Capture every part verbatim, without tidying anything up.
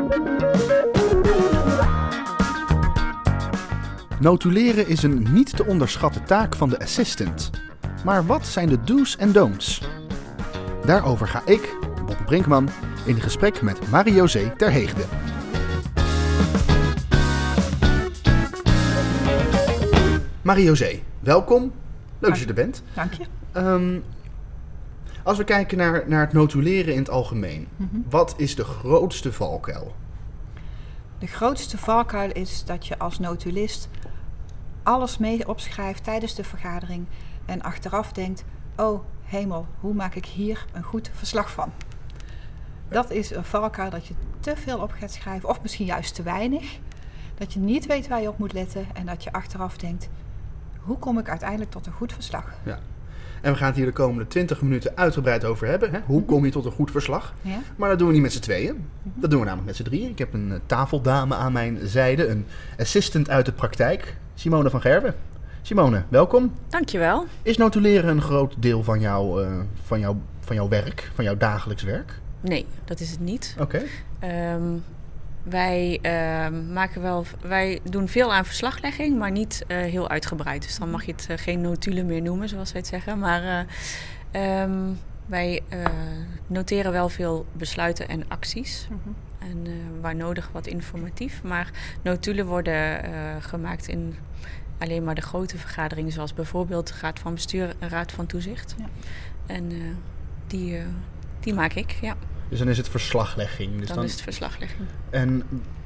Notuleren is een niet te onderschatten taak van de assistant. Maar wat zijn de do's en don'ts? Daarover ga ik, Bob Brinkman, in gesprek met Marie-José Terheegde. Marie-José, welkom. Leuk Dank. dat je er bent. Dank je. Um, als we kijken naar, naar het notuleren in het algemeen, mm-hmm. wat is de grootste valkuil? De grootste valkuil is dat je als notulist alles mee opschrijft tijdens de vergadering en achteraf denkt, oh hemel, hoe maak ik hier een goed verslag van? Dat is een valkuil dat je te veel op gaat schrijven, of misschien juist te weinig. Dat je niet weet waar je op moet letten en dat je achteraf denkt, hoe kom ik uiteindelijk tot een goed verslag? Ja. En we gaan het hier de komende twintig minuten uitgebreid over hebben. Hè? Hoe kom je tot een goed verslag? Ja. Maar dat doen we niet met z'n tweeën. Mm-hmm. Dat doen we namelijk met z'n drieën. Ik heb een uh, tafeldame aan mijn zijde, een assistant uit de praktijk, Simone van Gerwen. Simone, welkom. Dankjewel. Is notuleren een groot deel van, jou, uh, van, jou, van jouw werk, van jouw dagelijks werk? Nee, dat is het niet. Oké. Okay. Um, wij, uh, maken wel, wij doen veel aan verslaglegging, maar niet uh, heel uitgebreid. Dus dan mag je het uh, geen notulen meer noemen, zoals wij het zeggen. Maar uh, um, wij uh, noteren wel veel besluiten en acties. Mm-hmm. En uh, waar nodig wat informatief. Maar notulen worden uh, gemaakt in alleen maar de grote vergaderingen, zoals bijvoorbeeld de Raad van Bestuur en Raad van Toezicht. Ja. En uh, die, uh, die maak ik, ja. Dus dan is het verslaglegging. Dus dan, dan is het verslaglegging. En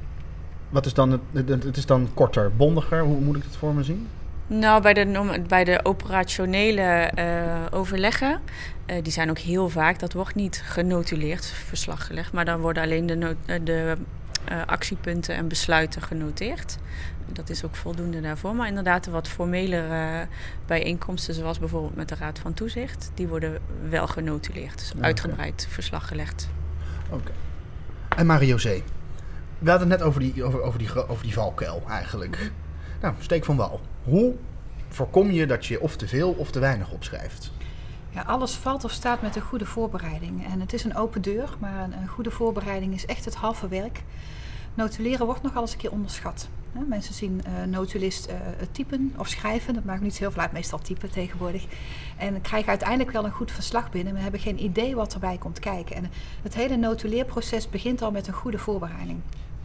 wat is dan het, het is dan korter, bondiger? Hoe moet ik het voor me zien? Nou, bij de, bij de operationele uh, overleggen, uh, die zijn ook heel vaak, dat wordt niet genotuleerd, verslag gelegd, maar dan worden alleen de, not, uh, de uh, actiepunten en besluiten genoteerd. Dat is ook voldoende daarvoor. Maar inderdaad, de wat formelere bijeenkomsten, zoals bijvoorbeeld met de Raad van Toezicht, die worden wel genotuleerd. Dus okay. Uitgebreid verslag gelegd. Oké. Okay. En Marie-José, we hadden het net over die, over, over die, over die valkuil eigenlijk. Mm-hmm. Nou, steek van wal. Hoe voorkom je dat je of te veel of te weinig opschrijft? Ja, alles valt of staat met een goede voorbereiding. En het is een open deur, maar een, een goede voorbereiding is echt het halve werk. Notuleren wordt nogal eens een keer onderschat. Ja, mensen zien uh, notulist uh, typen of schrijven, dat maakt niet zo heel veel uit, meestal typen tegenwoordig. En krijgen uiteindelijk wel een goed verslag binnen, maar hebben geen idee wat erbij komt kijken. En het hele notuleerproces begint al met een goede voorbereiding.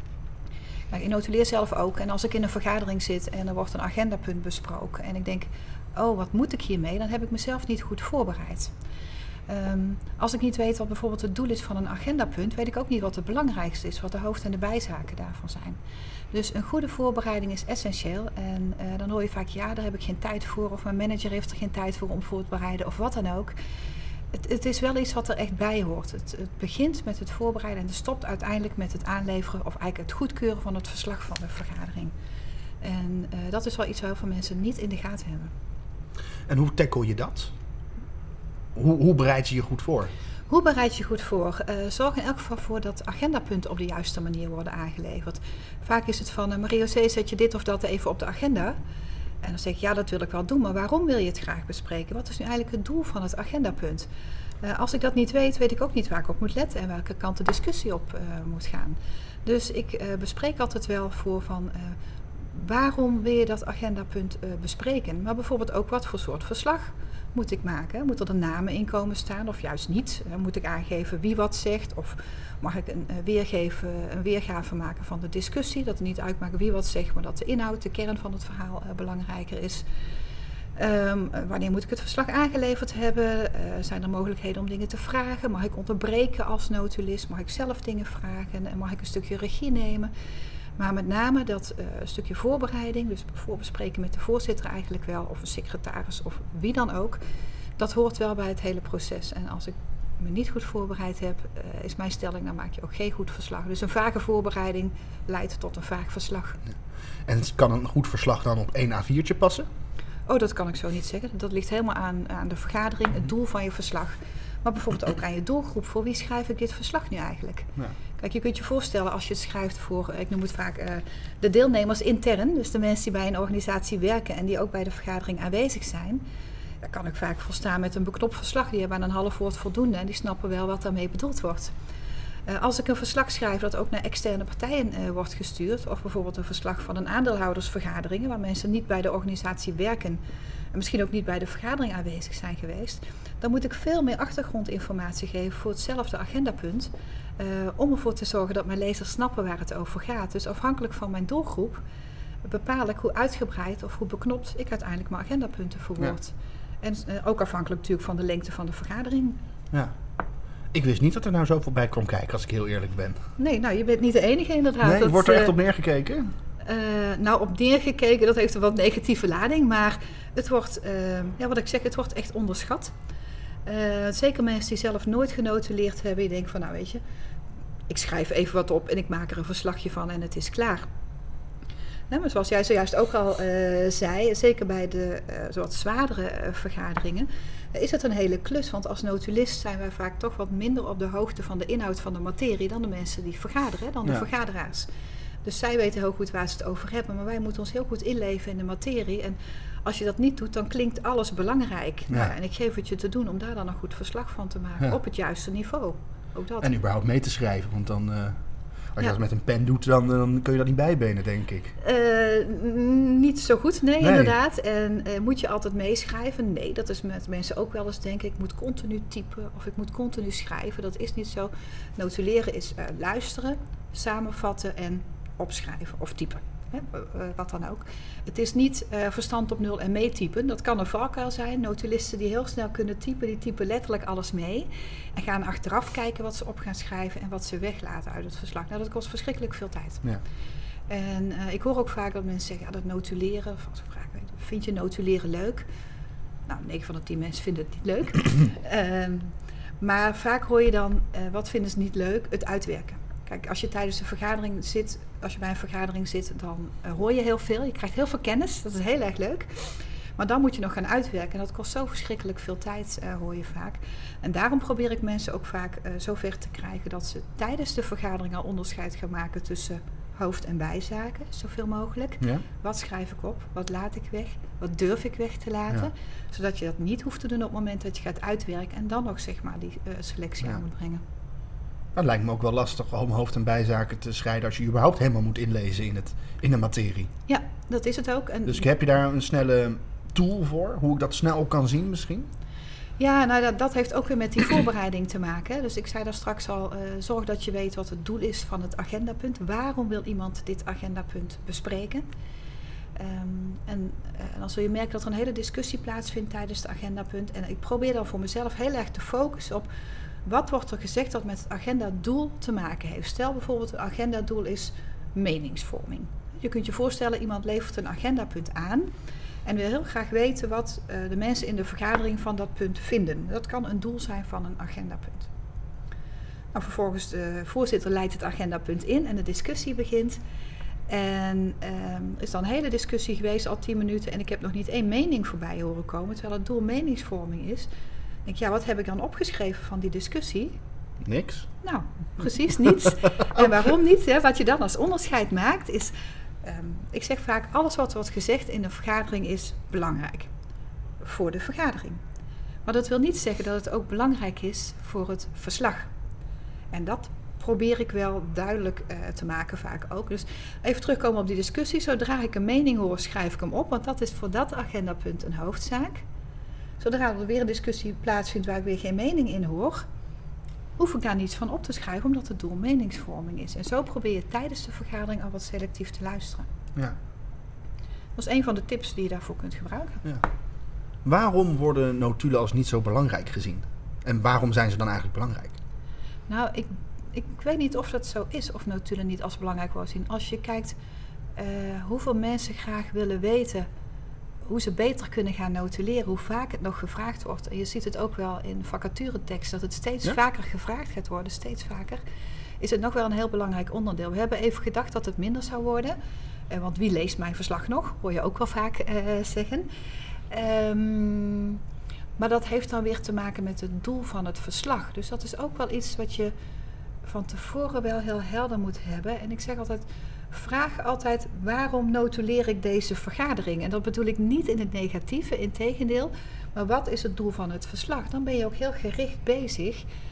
Nou, ik notuleer zelf ook en als ik in een vergadering zit en er wordt een agendapunt besproken en ik denk, oh wat moet ik hiermee, dan heb ik mezelf niet goed voorbereid. Um, als ik niet weet wat bijvoorbeeld het doel is van een agendapunt, weet ik ook niet wat het belangrijkste is, wat de hoofd- en de bijzaken daarvan zijn. Dus een goede voorbereiding is essentieel. En uh, dan hoor je vaak, ja, daar heb ik geen tijd voor, of mijn manager heeft er geen tijd voor om voor te bereiden, of wat dan ook. Het, het is wel iets wat er echt bij hoort. Het, het begint met het voorbereiden en het stopt uiteindelijk met het aanleveren, of eigenlijk het goedkeuren van het verslag van de vergadering. En uh, dat is wel iets waar heel veel mensen niet in de gaten hebben. En hoe tackle je dat? Hoe, hoe bereid je je goed voor? Hoe bereid je je goed voor? Uh, zorg in elk geval voor dat agendapunten op de juiste manier worden aangeleverd. Vaak is het van, uh, Marie-José, zet je dit of dat even op de agenda? En dan zeg ik, ja, dat wil ik wel doen, maar waarom wil je het graag bespreken? Wat is nu eigenlijk het doel van het agendapunt? Uh, als ik dat niet weet, weet ik ook niet waar ik op moet letten en welke kant de discussie op uh, moet gaan. Dus ik uh, bespreek altijd wel voor van, uh, waarom wil je dat agendapunt uh, bespreken? Maar bijvoorbeeld ook wat voor soort verslag moet ik maken? Moet er de namen in komen staan of juist niet? Uh, moet ik aangeven wie wat zegt? Of mag ik een, uh, weergeven, een weergave maken van de discussie? Dat het niet uitmaakt wie wat zegt, maar dat de inhoud, de kern van het verhaal uh, belangrijker is. Um, uh, wanneer moet ik het verslag aangeleverd hebben? Uh, zijn er mogelijkheden om dingen te vragen? Mag ik onderbreken als notulist? Mag ik zelf dingen vragen? En mag ik een stukje regie nemen? Maar met name dat uh, stukje voorbereiding, dus voorbespreken met de voorzitter eigenlijk wel, of een secretaris of wie dan ook, dat hoort wel bij het hele proces. En als ik me niet goed voorbereid heb, uh, is mijn stelling, dan maak je ook geen goed verslag. Dus een vage voorbereiding leidt tot een vaag verslag. Ja. En kan een goed verslag dan op één A viertje passen? Oh, dat kan ik zo niet zeggen. Dat ligt helemaal aan, aan de vergadering, het doel van je verslag. Maar bijvoorbeeld ook aan je doelgroep. Voor wie schrijf ik dit verslag nu eigenlijk? Ja. Kijk, je kunt je voorstellen als je het schrijft voor, ik noem het vaak, uh, de deelnemers intern. Dus de mensen die bij een organisatie werken en die ook bij de vergadering aanwezig zijn. Daar kan ik vaak volstaan met een beknopt verslag. Die hebben aan een half woord voldoende en die snappen wel wat daarmee bedoeld wordt. Uh, als ik een verslag schrijf dat ook naar externe partijen uh, wordt gestuurd, of bijvoorbeeld een verslag van een aandeelhoudersvergadering, waar mensen niet bij de organisatie werken en misschien ook niet bij de vergadering aanwezig zijn geweest, dan moet ik veel meer achtergrondinformatie geven voor hetzelfde agendapunt, uh, om ervoor te zorgen dat mijn lezers snappen waar het over gaat. Dus afhankelijk van mijn doelgroep bepaal ik hoe uitgebreid of hoe beknopt ik uiteindelijk mijn agendapunten verwoord. Ja. En uh, ook afhankelijk natuurlijk van de lengte van de vergadering. Ja. Ik wist niet dat er nou zoveel bij kwam kijken, als ik heel eerlijk ben. Nee, nou, je bent niet de enige inderdaad. Nee, dat, wordt er echt uh, op neergekeken? Uh, nou, op neergekeken, dat heeft een wat negatieve lading. Maar het wordt, uh, ja, wat ik zeg, het wordt echt onderschat. Uh, zeker mensen die zelf nooit genotuleerd hebben. Je denkt van, nou weet je, ik schrijf even wat op en ik maak er een verslagje van en het is klaar. Ja, maar zoals jij zojuist ook al uh, zei, zeker bij de uh, wat zwaardere uh, vergaderingen, uh, is het een hele klus. Want als notulist zijn wij vaak toch wat minder op de hoogte van de inhoud van de materie dan de mensen die vergaderen, dan de ja. vergaderaars. Dus zij weten heel goed waar ze het over hebben, maar wij moeten ons heel goed inleven in de materie. En als je dat niet doet, dan klinkt alles belangrijk. Ja. Nou, en ik geef het je te doen om daar dan een goed verslag van te maken, ja. op het juiste niveau. Ook dat. En überhaupt mee te schrijven, want dan... Uh... Als je ja. dat met een pen doet, dan, dan kun je dat niet bijbenen, denk ik. Uh, niet zo goed, nee, nee. inderdaad. En uh, moet je altijd meeschrijven? Nee, dat is met mensen ook wel eens denken. Ik moet continu typen of ik moet continu schrijven. Dat is niet zo. Notuleren is uh, luisteren, samenvatten en opschrijven of typen. Hè, uh, wat dan ook. Het is niet uh, verstand op nul en meetypen. Dat kan een valkuil zijn. Notulisten die heel snel kunnen typen, die typen letterlijk alles mee. En gaan achteraf kijken wat ze op gaan schrijven en wat ze weglaten uit het verslag. Nou, dat kost verschrikkelijk veel tijd. Ja. En uh, ik hoor ook vaak dat mensen zeggen, ja, dat notuleren. Of als ik vraag, vind je notuleren leuk? Nou, negen van de tien mensen vinden het niet leuk. um, maar vaak hoor je dan, uh, wat vinden ze niet leuk? Het uitwerken. Kijk, als je tijdens de vergadering zit, als je bij een vergadering zit, dan uh, hoor je heel veel. Je krijgt heel veel kennis, dat is heel erg leuk. Maar dan moet je nog gaan uitwerken en dat kost zo verschrikkelijk veel tijd, uh, hoor je vaak. En daarom probeer ik mensen ook vaak uh, zover te krijgen dat ze tijdens de vergadering al onderscheid gaan maken tussen hoofd- en bijzaken, zoveel mogelijk. Ja. Wat schrijf ik op? Wat laat ik weg? Wat durf ik weg te laten? Ja. Zodat je dat niet hoeft te doen op het moment dat je gaat uitwerken en dan nog zeg maar die uh, selectie ja. aan moet brengen. Dat lijkt me ook wel lastig om hoofd- en bijzaken te scheiden als je überhaupt helemaal moet inlezen in, het, in de materie. Ja, dat is het ook. En dus heb je daar een snelle tool voor, hoe ik dat snel kan zien misschien? Ja, nou dat, dat heeft ook weer met die voorbereiding te maken. Dus ik zei daar straks al, uh, zorg dat je weet wat het doel is van het agendapunt. Waarom wil iemand dit agendapunt bespreken? Um, en, uh, en dan zul je merken dat er een hele discussie plaatsvindt tijdens het agendapunt. En ik probeer dan voor mezelf heel erg te focussen op wat wordt er gezegd dat met het agendadoel te maken heeft. Stel bijvoorbeeld, het agendadoel is meningsvorming. Je kunt je voorstellen, iemand levert een agendapunt aan en wil heel graag weten wat uh, de mensen in de vergadering van dat punt vinden. Dat kan een doel zijn van een agendapunt. Nou, vervolgens de voorzitter leidt het agendapunt in en de discussie begint. En er um, is dan een hele discussie geweest, al tien minuten, en ik heb nog niet één mening voorbij horen komen, terwijl het doel meningsvorming is. Dan denk ik, ja, wat heb ik dan opgeschreven van die discussie? Niks. Nou, precies niets. En waarom niet? Hè? Wat je dan als onderscheid maakt is, um, ik zeg vaak, alles wat wordt gezegd in een vergadering is belangrijk. Voor de vergadering. Maar dat wil niet zeggen dat het ook belangrijk is voor het verslag. En dat probeer ik wel duidelijk uh, te maken vaak ook. Dus even terugkomen op die discussie. Zodra ik een mening hoor, schrijf ik hem op. Want dat is voor dat agendapunt een hoofdzaak. Zodra er weer een discussie plaatsvindt waar ik weer geen mening in hoor, hoef ik daar niets van op te schrijven, omdat het doel meningsvorming is. En zo probeer je tijdens de vergadering al wat selectief te luisteren. Ja. Dat is een van de tips die je daarvoor kunt gebruiken. Ja. Waarom worden notulen als niet zo belangrijk gezien? En waarom zijn ze dan eigenlijk belangrijk? Nou, ik, ik weet niet of dat zo is, of notulen niet als belangrijk worden gezien. Als je kijkt uh, hoeveel mensen graag willen weten hoe ze beter kunnen gaan notuleren, hoe vaak het nog gevraagd wordt. En je ziet het ook wel in vacaturetekst, dat het steeds ja? vaker gevraagd gaat worden, steeds vaker. Is het nog wel een heel belangrijk onderdeel. We hebben even gedacht dat het minder zou worden. Uh, want wie leest mijn verslag nog? Hoor je ook wel vaak uh, zeggen. Um, maar dat heeft dan weer te maken met het doel van het verslag. Dus dat is ook wel iets wat je van tevoren wel heel helder moet hebben. En ik zeg altijd, vraag altijd, waarom notuleer ik deze vergadering? En dat bedoel ik niet in het negatieve, integendeel. Maar wat is het doel van het verslag? Dan ben je ook heel gericht bezig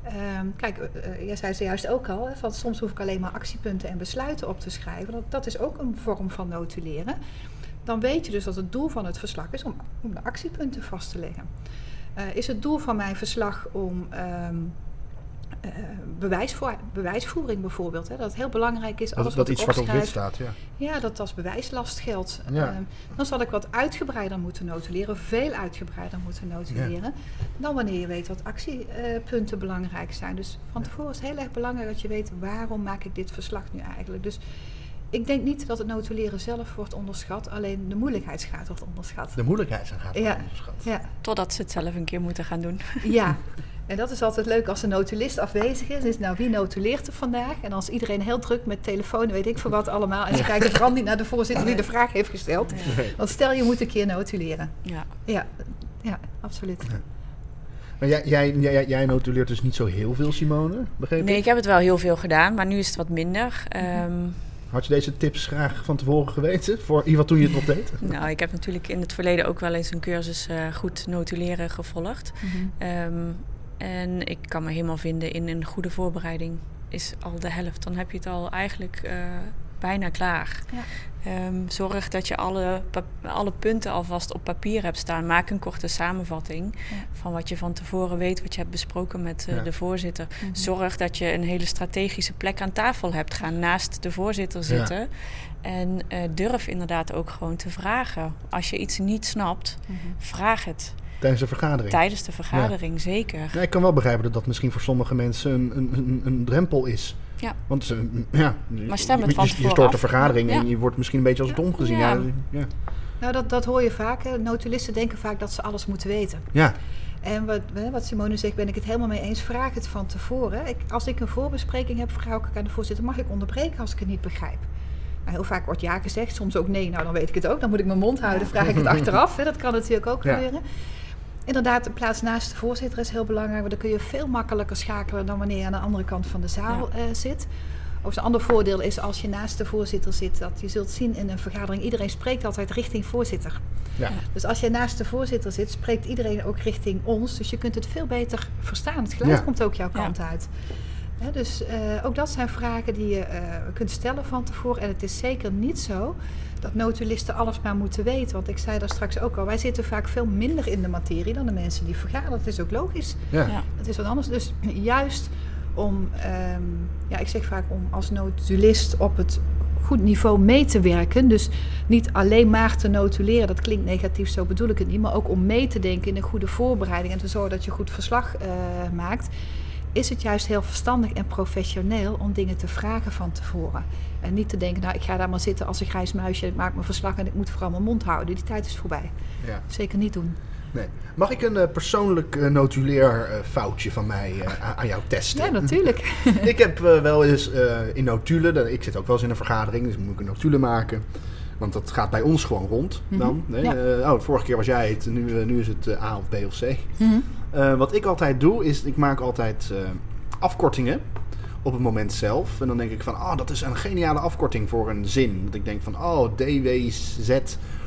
Um, kijk, uh, jij zei zojuist ook al, hè, van soms hoef ik alleen maar actiepunten en besluiten op te schrijven. Dat, dat is ook een vorm van notuleren. Dan weet je dus dat het doel van het verslag is om, om de actiepunten vast te leggen. Uh, is het doel van mijn verslag om um, uh, bewijsvoer, bewijsvoering bijvoorbeeld, hè, dat het heel belangrijk is. Dat, alles dat wat iets ik zwart op wit staat, ja. Ja, dat als bewijslast geldt. Ja. Uh, dan zal ik wat uitgebreider moeten notuleren, veel uitgebreider moeten notuleren, ja. dan wanneer je weet wat actiepunten uh, belangrijk zijn. Dus van tevoren is het heel erg belangrijk dat je weet waarom maak ik dit verslag nu eigenlijk. Dus ik denk niet dat het notuleren zelf wordt onderschat, alleen de moeilijkheidsgraad wordt onderschat. De moeilijkheidsgraad wordt ja. onderschat. Ja. Totdat ze het zelf een keer moeten gaan doen. Ja, en dat is altijd leuk als een notulist afwezig is. Is nou, wie notuleert er vandaag? En als iedereen heel druk met telefoon, weet ik voor wat allemaal. En ze kijken vooral niet naar de voorzitter die de vraag heeft gesteld. Nee. Want stel je moet een keer notuleren. Ja, ja, ja absoluut. Ja. Maar jij, jij, jij, jij notuleert dus niet zo heel veel, Simone, begreep ik? Nee, ik heb het wel heel veel gedaan, maar nu is het wat minder. Um, Had je deze tips graag van tevoren geweten, voor iemand toen je het nog deed? Nou, ik heb natuurlijk in het verleden ook wel eens een cursus uh, goed notuleren gevolgd. Mm-hmm. Um, en ik kan me helemaal vinden in een goede voorbereiding is al de helft. Dan heb je het al eigenlijk uh, bijna klaar. Ja. Um, zorg dat je alle, pap- alle punten alvast op papier hebt staan. Maak een korte samenvatting ja. van wat je van tevoren weet, wat je hebt besproken met uh, ja. de voorzitter. Mm-hmm. Zorg dat je een hele strategische plek aan tafel hebt. Ga naast de voorzitter zitten. Ja. En uh, durf inderdaad ook gewoon te vragen. Als je iets niet snapt, mm-hmm. vraag het. Tijdens de vergadering? Tijdens de vergadering, ja. zeker. Ja, ik kan wel begrijpen dat dat misschien voor sommige mensen een, een, een drempel is. Ja. Want uh, ja, maar stem het je, van je, je stort de vergadering ja. en je wordt misschien een beetje als ja. dom gezien. Ja. Ja. Ja. Nou, dat, dat hoor je vaak. Hè. Notulisten denken vaak dat ze alles moeten weten. Ja. En wat, wat Simone zegt, ben ik het helemaal mee eens. Vraag het van tevoren. Ik, als ik een voorbespreking heb, vraag ik aan de voorzitter, mag ik onderbreken als ik het niet begrijp? Nou, heel vaak wordt ja gezegd, soms ook nee. Nou, dan weet ik het ook. Dan moet ik mijn mond houden, vraag ik het achteraf. Hè. Dat kan natuurlijk ook ja. gebeuren. Inderdaad, de plaats naast de voorzitter is heel belangrijk. Want dan kun je veel makkelijker schakelen dan wanneer je aan de andere kant van de zaal ja. uh, zit. Of een ander voordeel is als je naast de voorzitter zit, dat je zult zien in een vergadering, iedereen spreekt altijd richting voorzitter. Ja. Dus als je naast de voorzitter zit, spreekt iedereen ook richting ons. Dus je kunt het veel beter verstaan. Het geluid ja. komt ook jouw kant ja. uit. He, dus uh, ook dat zijn vragen die je uh, kunt stellen van tevoren. En het is zeker niet zo dat notulisten alles maar moeten weten. Want ik zei daar straks ook al, wij zitten vaak veel minder in de materie dan de mensen die vergaderen. Dat is ook logisch. Ja. Ja. Dat is wat anders. Dus juist om, um, ja, ik zeg vaak om als notulist op het goed niveau mee te werken. Dus niet alleen maar te notuleren, dat klinkt negatief, zo bedoel ik het niet. Maar ook om mee te denken in een goede voorbereiding en te zorgen dat je goed verslag uh, maakt. Is het juist heel verstandig en professioneel om dingen te vragen van tevoren. En niet te denken, nou ik ga daar maar zitten als een grijs muisje, ik maak mijn verslag en ik moet vooral mijn mond houden. Die tijd is voorbij. Ja. Zeker niet doen. Nee. Mag ik een uh, persoonlijk uh, notuleerfoutje uh, van mij uh, aan jou testen? Ja, natuurlijk. Ik heb uh, wel eens uh, in notulen, ik zit ook wel eens in een vergadering, dus moet ik een notule maken. Want dat gaat bij ons gewoon rond dan. Mm-hmm. Nee? Ja. Uh, oh, vorige keer was jij het, nu, uh, nu is het uh, A of B of C. Mm-hmm. Uh, wat ik altijd doe, is ik maak altijd uh, afkortingen op het moment zelf. En dan denk ik van, oh, dat is een geniale afkorting voor een zin. Dat ik denk van, oh, D W Z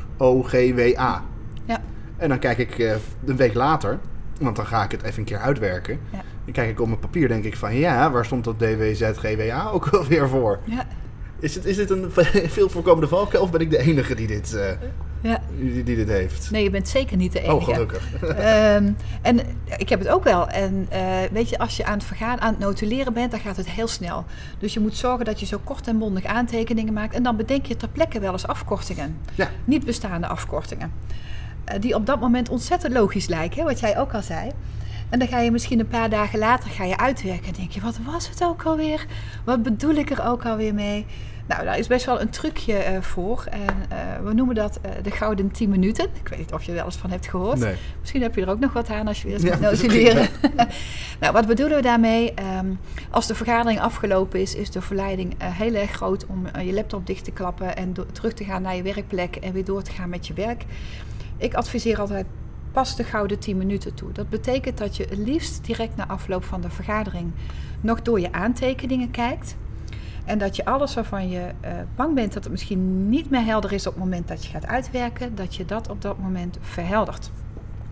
O G W A. Ja. En dan kijk ik uh, een week later, want dan ga ik het even een keer uitwerken. Ja. Dan kijk ik op mijn papier, denk ik van, ja, waar stond dat D W Z G W A ook wel weer voor? Ja. Is het, is dit een veel voorkomende valkuil of ben ik de enige die dit, uh, ja. die, die dit heeft? Nee, je bent zeker niet de enige. Oh, gelukkig. um, en ik heb het ook wel. En uh, weet je, als je aan het vergaan, aan het notuleren bent, dan gaat het heel snel. Dus je moet zorgen dat je zo kort en bondig aantekeningen maakt. En dan bedenk je ter plekke wel eens afkortingen. Ja. Niet bestaande afkortingen. Uh, die op dat moment ontzettend logisch lijken, hè, wat jij ook al zei. En dan ga je misschien een paar dagen later ga je uitwerken en denk je, wat was het ook alweer? Wat bedoel ik er ook alweer mee? Nou, daar is best wel een trucje uh, voor. En uh, we noemen dat uh, de gouden tien minuten. Ik weet niet of je er wel eens van hebt gehoord. Nee. Misschien heb je er ook nog wat aan als je weer eens ja, moet notuleren. Nou, wat bedoelen we daarmee? Um, als de vergadering afgelopen is, is de verleiding uh, heel erg groot om uh, je laptop dicht te klappen en do- terug te gaan naar je werkplek en weer door te gaan met je werk. Ik adviseer altijd, pas de gouden tien minuten toe. Dat betekent dat je het liefst direct na afloop van de vergadering nog door je aantekeningen kijkt. En dat je alles waarvan je uh, bang bent dat het misschien niet meer helder is op het moment dat je gaat uitwerken, dat je dat op dat moment verheldert.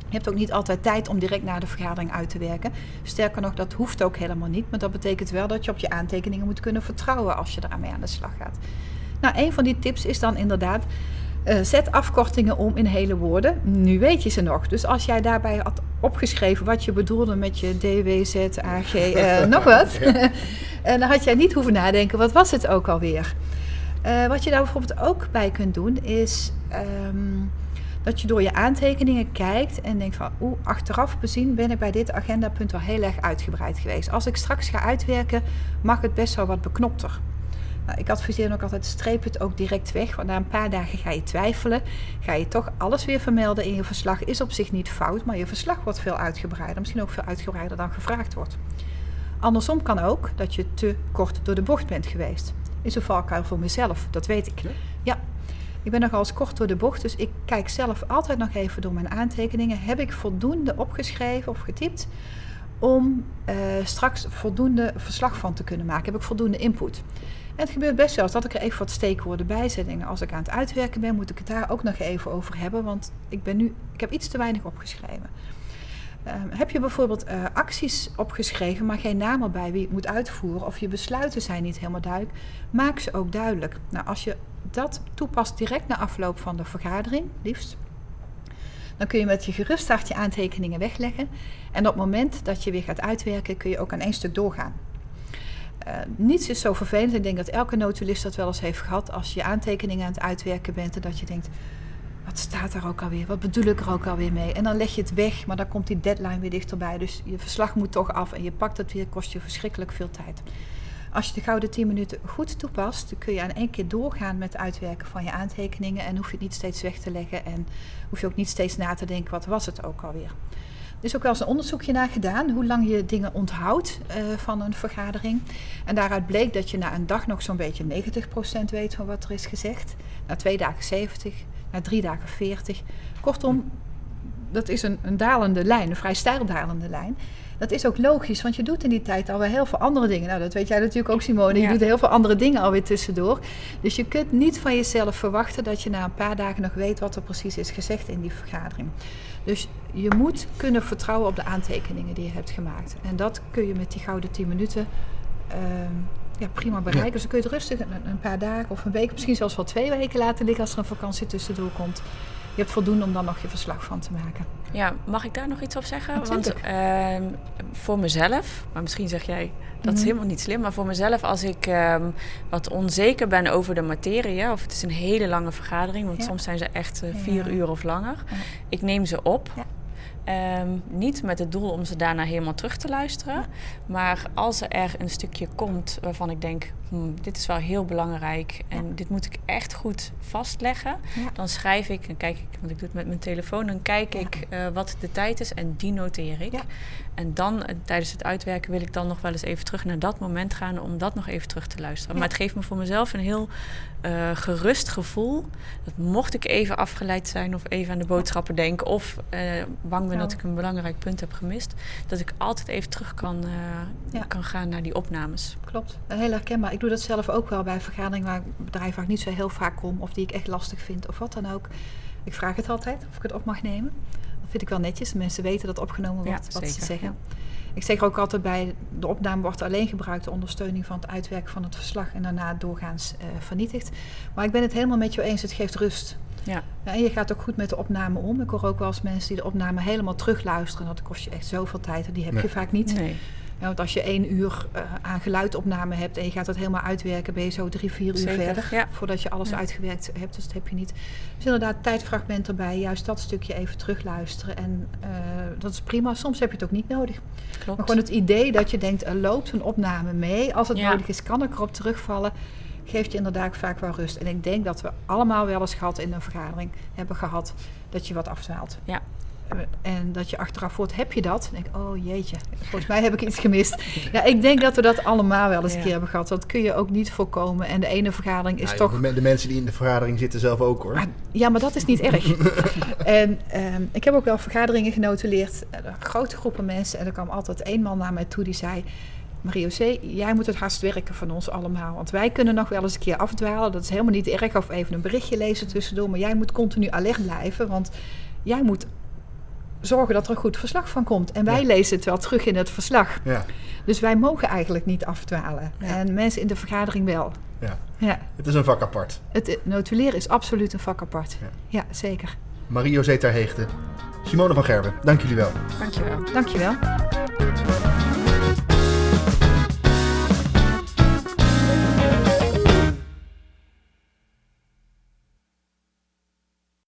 Je hebt ook niet altijd tijd om direct na de vergadering uit te werken. Sterker nog, dat hoeft ook helemaal niet. Maar dat betekent wel dat je op je aantekeningen moet kunnen vertrouwen als je eraan mee aan de slag gaat. Nou, een van die tips is dan inderdaad, uh, zet afkortingen om in hele woorden. Nu weet je ze nog. Dus als jij daarbij had opgeschreven wat je bedoelde met je D W Z, A G, uh, nog wat. Ja. En dan had jij niet hoeven nadenken, wat was het ook alweer? Uh, wat je daar bijvoorbeeld ook bij kunt doen is Um, dat je door je aantekeningen kijkt en denkt van, oeh, achteraf bezien ben ik bij dit agendapunt wel heel erg uitgebreid geweest. Als ik straks ga uitwerken, mag het best wel wat beknopter. Nou, ik adviseer ook altijd, streep het ook direct weg, want na een paar dagen ga je twijfelen. Ga je toch alles weer vermelden in je verslag. Is op zich niet fout, maar je verslag wordt veel uitgebreider. Misschien ook veel uitgebreider dan gevraagd wordt. Andersom kan ook dat je te kort door de bocht bent geweest. Is een valkuil voor mezelf, dat weet ik. Ja. ja. Ik ben nogal eens kort door de bocht, dus ik kijk zelf altijd nog even door mijn aantekeningen. Heb ik voldoende opgeschreven of getypt om uh, straks voldoende verslag van te kunnen maken? Heb ik voldoende input? En het gebeurt best wel eens dat ik er even wat steekwoorden bij zet. En als ik aan het uitwerken ben, moet ik het daar ook nog even over hebben, want ik ben nu, ik heb iets te weinig opgeschreven. Uh, heb je bijvoorbeeld uh, acties opgeschreven, maar geen naam erbij wie het moet uitvoeren, of je besluiten zijn niet helemaal duidelijk, maak ze ook duidelijk. Nou, als je dat toepast direct na afloop van de vergadering, liefst, dan kun je met je gerust hart je aantekeningen wegleggen. En op het moment dat je weer gaat uitwerken, kun je ook aan één stuk doorgaan. Uh, niets is zo vervelend. Ik denk dat elke notulist dat wel eens heeft gehad als je aantekeningen aan het uitwerken bent en dat je denkt, wat staat er ook alweer? Wat bedoel ik er ook alweer mee? En dan leg je het weg, maar dan komt die deadline weer dichterbij. Dus je verslag moet toch af en je pakt het weer, kost je verschrikkelijk veel tijd. Als je de gouden tien minuten goed toepast, dan kun je aan één keer doorgaan met het uitwerken van je aantekeningen en hoef je het niet steeds weg te leggen en hoef je ook niet steeds na te denken, wat was het ook alweer? Er is ook wel eens een onderzoekje naar gedaan, hoe lang je dingen onthoudt uh, van een vergadering. En daaruit bleek dat je na een dag nog zo'n beetje negentig procent weet van wat er is gezegd. Na twee dagen zeventig, na drie dagen veertig. Kortom, dat is een, een dalende lijn, een vrij steil dalende lijn. Dat is ook logisch, want je doet in die tijd alweer heel veel andere dingen. Nou, dat weet jij natuurlijk ook, Simone. Je ja. doet heel veel andere dingen alweer tussendoor. Dus je kunt niet van jezelf verwachten dat je na een paar dagen nog weet wat er precies is gezegd in die vergadering. Dus je moet kunnen vertrouwen op de aantekeningen die je hebt gemaakt. En dat kun je met die gouden tien minuten uh, ja, prima bereiken. Ja. Dus dan kun je het rustig een, een paar dagen of een week, misschien zelfs wel twee weken laten liggen als er een vakantie tussendoor komt. Je hebt voldoende om dan nog je verslag van te maken. Ja, mag ik daar nog iets op zeggen? Natuurlijk. Want uh, voor mezelf, maar misschien zeg jij dat mm-hmm. is helemaal niet slim, maar voor mezelf als ik um, wat onzeker ben over de materie, of het is een hele lange vergadering, want ja. soms zijn ze echt uh, vier ja. uur of langer. Ja. Ik neem ze op. Ja. Um, niet met het doel om ze daarna helemaal terug te luisteren. Ja. Maar als er een stukje komt waarvan ik denk, hmm, dit is wel heel belangrijk en ja. dit moet ik echt goed vastleggen. Ja. Dan schrijf ik en kijk ik, want ik doe het met mijn telefoon, dan kijk ja. ik uh, wat de tijd is en die noteer ik. Ja. En dan uh, tijdens het uitwerken wil ik dan nog wel eens even terug naar dat moment gaan om dat nog even terug te luisteren. Ja. Maar het geeft me voor mezelf een heel uh, gerust gevoel. Dat mocht ik even afgeleid zijn of even aan de boodschappen denken of uh, bang ben dat ik een belangrijk punt heb gemist, dat ik altijd even terug kan, uh, ja. kan gaan naar die opnames. Klopt, heel herkenbaar. Ik doe dat zelf ook wel bij vergaderingen waar ik bedrijf waar ik niet zo heel vaak kom of die ik echt lastig vind of wat dan ook. Ik vraag het altijd of ik het op mag nemen. Dat vind ik wel netjes. De mensen weten dat opgenomen wordt, ja, wat zeker. Ze zeggen. Ja. Ik zeg ook altijd bij de opname wordt alleen gebruikt de ondersteuning van het uitwerken van het verslag en daarna doorgaans uh, vernietigd. Maar ik ben het helemaal met jou eens, het geeft rust. Ja. Ja, en je gaat ook goed met de opname om. Ik hoor ook wel eens mensen die de opname helemaal terugluisteren. Dat kost je echt zoveel tijd en die heb nee. je vaak niet. Nee. Ja, want als je één uur uh, aan geluidopname hebt en je gaat dat helemaal uitwerken, ben je zo drie, vier uur Zeker, verder. Ja. Voordat je alles ja. uitgewerkt hebt, dus dat heb je niet. Dus inderdaad, tijdfragment erbij, juist dat stukje even terugluisteren. En uh, dat is prima. Soms heb je het ook niet nodig. Klopt. Maar gewoon het idee dat je denkt, er loopt een opname mee. Als het ja. nodig is, kan ik erop terugvallen. Geeft je inderdaad vaak wel rust. En ik denk dat we allemaal wel eens gehad in een vergadering hebben gehad dat je wat afdwaalt. Ja. En dat je achteraf hoort, heb je dat? Dan denk ik, oh jeetje, volgens mij heb ik iets gemist. Ja, ik denk dat we dat allemaal wel eens een ja. keer hebben gehad. Dat kun je ook niet voorkomen. En de ene vergadering is ja, toch... De mensen die in de vergadering zitten zelf ook, hoor. Maar, ja, maar dat is niet erg. En um, ik heb ook wel vergaderingen genotuleerd. Grote groepen mensen. En er kwam altijd één man naar mij toe die zei... Marie-José, jij moet het hardst werken van ons allemaal. Want wij kunnen nog wel eens een keer afdwalen. Dat is helemaal niet erg. Of even een berichtje lezen tussendoor. Maar jij moet continu alert blijven. Want jij moet zorgen dat er een goed verslag van komt. En wij ja. lezen het wel terug in het verslag. Ja. Dus wij mogen eigenlijk niet afdwalen. Ja. En mensen in de vergadering wel. Ja. Ja. Het is een vak apart. Het notuleren is absoluut een vak apart. Ja, ja zeker. Marie-José ter Heegte, Simone van Gerwen, dank jullie wel. Dank je wel. Dank je wel.